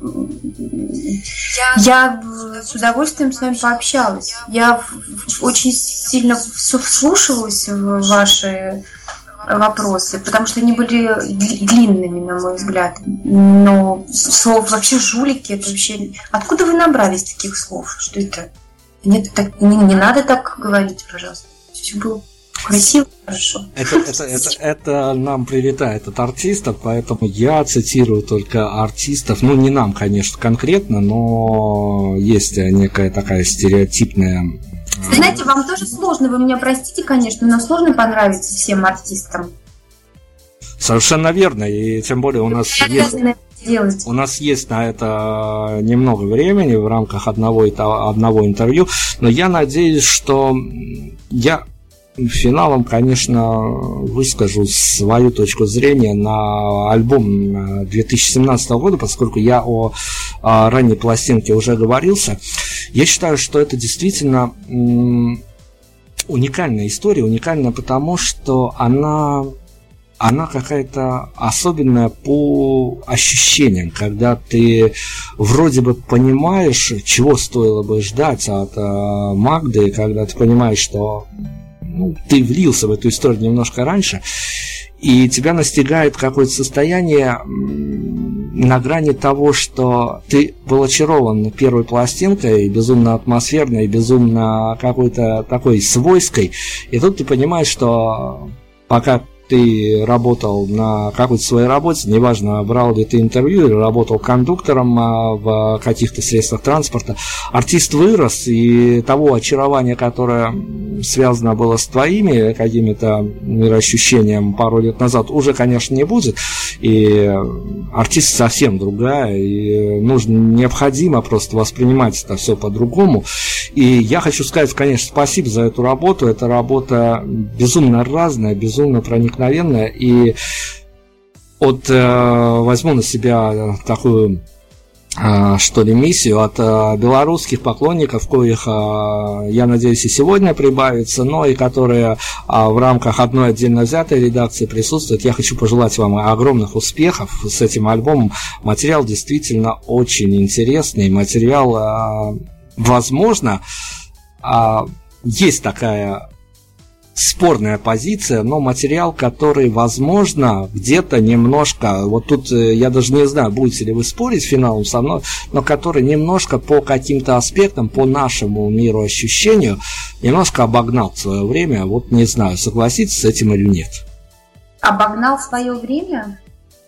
я с удовольствием с вами пообщалась. Я очень сильно вслушивалась в ваши вопросы, потому что они были длинными, на мой взгляд. Но слов вообще жулики, это вообще... Откуда вы набрались таких слов? Что это? Нет, так, не надо так говорить, пожалуйста. Все было красиво, хорошо. Это нам прилетает от артистов, поэтому я цитирую только артистов. Ну, не нам, конечно, конкретно, но есть некая такая стереотипная... Знаете, вам тоже сложно, вы меня простите, конечно, но сложно понравиться всем артистам. Совершенно верно, и тем более у нас есть на это немного времени в рамках одного интервью, но я надеюсь, что я финалом, конечно, выскажу свою точку зрения на альбом 2017 года, поскольку я о ранней пластинке уже говорился. Я считаю, что это действительно уникальная история, уникальная потому, что она какая-то особенная по ощущениям, когда ты вроде бы понимаешь, чего стоило бы ждать от Магды, когда ты понимаешь, что ты влился в эту историю немножко раньше, и тебя настигает какое-то состояние на грани того, что ты был очарован первой пластинкой, безумно атмосферной, безумно какой-то такой свойской, и тут ты понимаешь, что пока ты работал на какой-то своей работе, неважно, брал ли ты интервью или работал кондуктором в каких-то средствах транспорта, артист вырос, и того очарования, которое связано было с твоими какими-то мироощущениями пару лет назад, уже, конечно, не будет, и артист совсем другая, и необходимо просто воспринимать это все по-другому. И я хочу сказать, конечно, спасибо за эту работу. Эта работа безумно разная, безумно проникновенная, и возьму на себя такую, что ли, миссию от белорусских поклонников, коих, я надеюсь, и сегодня прибавится, но и которые в рамках одной отдельно взятой редакции присутствуют. Я хочу пожелать вам огромных успехов с этим альбомом. Материал действительно очень интересный, материал, возможно, есть такая спорная позиция, но материал, который, возможно, где-то немножко, вот тут я даже не знаю, будете ли вы спорить с финалом со мной, но который немножко по каким-то аспектам, по нашему мироощущению, немножко обогнал свое время. Вот не знаю, согласитесь с этим или нет. Обогнал свое время?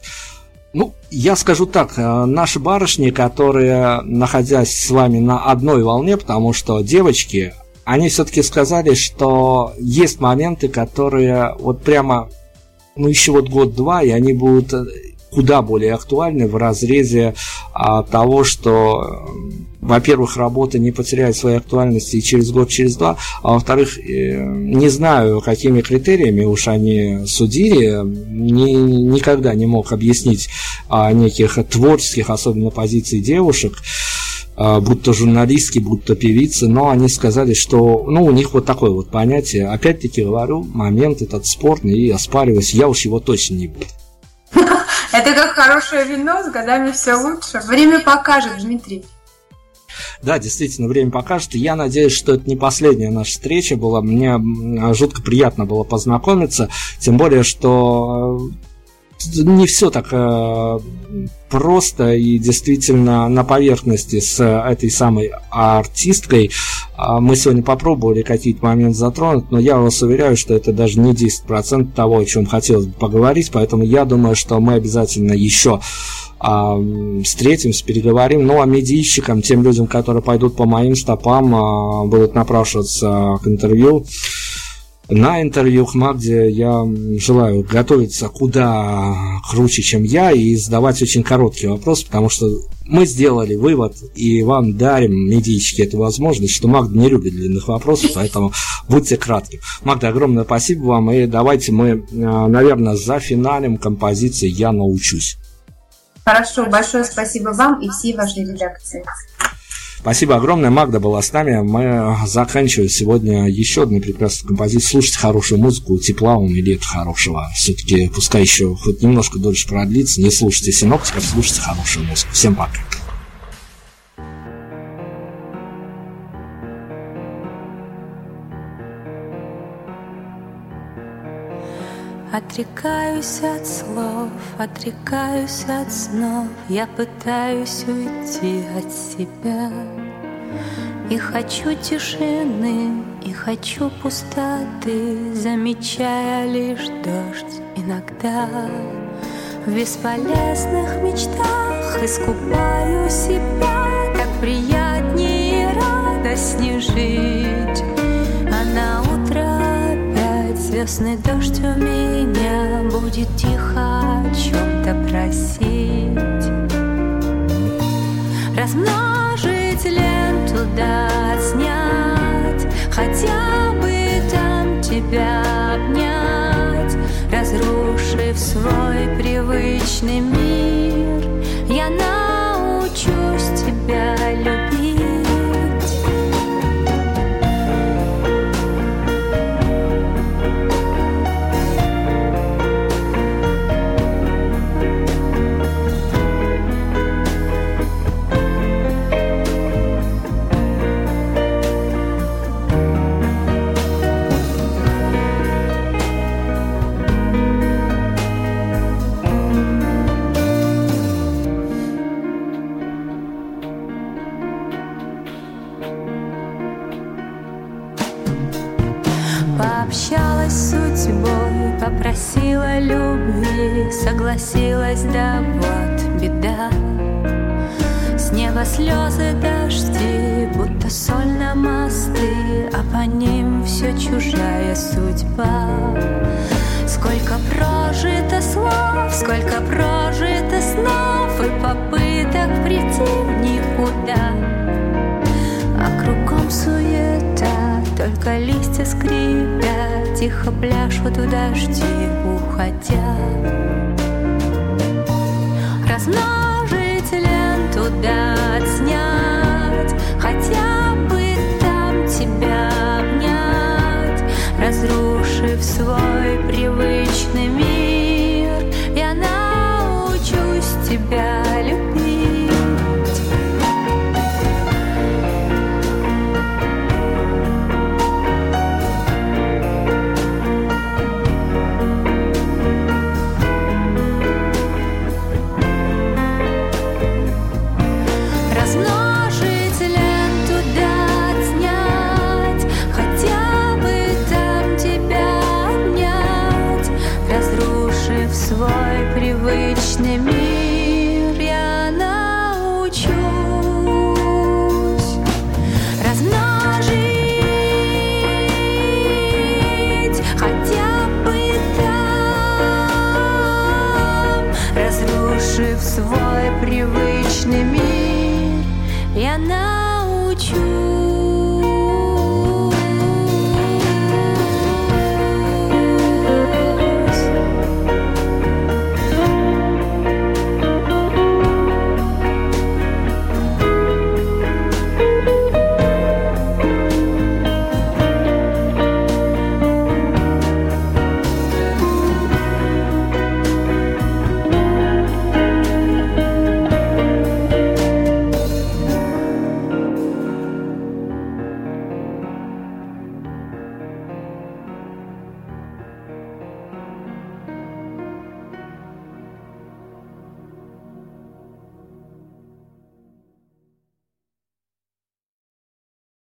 Я скажу так, наши барышни, которые, находясь с вами на одной волне, потому что девочки, они все-таки сказали, что есть моменты, которые вот прямо, еще год-два, и они будут куда более актуальны в разрезе того, что, во-первых, работа не потеряет своей актуальности и через год, через два, а во-вторых, не знаю, какими критериями уж они судили, никогда не мог объяснить неких творческих, особенно позиций девушек, будь то журналистки, будь то певицы, но они сказали, что у них вот такое вот понятие. Опять-таки говорю, момент этот спорный, и оспаривать я уж его точно не буду. Это как хорошее вино, с годами все лучше. Время покажет, Дмитрий. Да, действительно, время покажет. Я надеюсь, что это не последняя наша встреча была. Мне жутко приятно было познакомиться. Тем более, что не все так просто, и действительно на поверхности с этой самой артисткой мы сегодня попробовали какие-то моменты затронуть, но я вас уверяю, что это даже не 10% того, о чем хотелось бы поговорить, поэтому я думаю, что мы обязательно еще встретимся, переговорим. А медийщикам, тем людям, которые пойдут по моим стопам, будут напрашиваться к интервью, на интервью к Магде я желаю готовиться куда круче, чем я, и задавать очень короткий вопрос, потому что мы сделали вывод, и вам дарим, медийщики, эту возможность, что Магда не любит длинных вопросов, поэтому будьте кратки. Магда, огромное спасибо вам, и давайте мы, наверное, зафиналим композицией «Я научусь». Хорошо, большое спасибо вам и всей вашей редакции. Спасибо огромное, Магда была с нами. Мы заканчиваем сегодня еще одной прекрасной композицией. Слушайте хорошую музыку, тепла вам и лета хорошего. Все-таки пускай еще хоть немножко дольше продлится. Не слушайте синоптиков, слушайте хорошую музыку. Всем пока. Отрекаюсь от слов, отрекаюсь от снов, я пытаюсь уйти от себя. И хочу тишины, и хочу пустоты, замечая лишь дождь иногда. В бесполезных мечтах искупаю себя, так приятнее и радостнее жить. А на утро звездный дождь у меня будет тихо о чем-то просить. Размножить ленту да снять, хотя бы там тебя обнять. Разрушив свой привычный мир, я научусь тебя любить. Пообщалась с судьбой, попросила любви, согласилась, да вот беда. С неба слезы, дожди, будто соль на мосты, а по ним все чужая судьба. Сколько прожито слов, сколько прожито снов и попыток прийти в никуда. А кругом суета, только листья скрипят, тихо пляшут в дожди, уходя. Размножить ленту да отснять, хотя бы там тебя обнять. Разрушив свой привычный мир, я научусь тебя любить. Свой привычный мир я научусь размножить, хотя бы там. Разрушив свой привычный мир, я научусь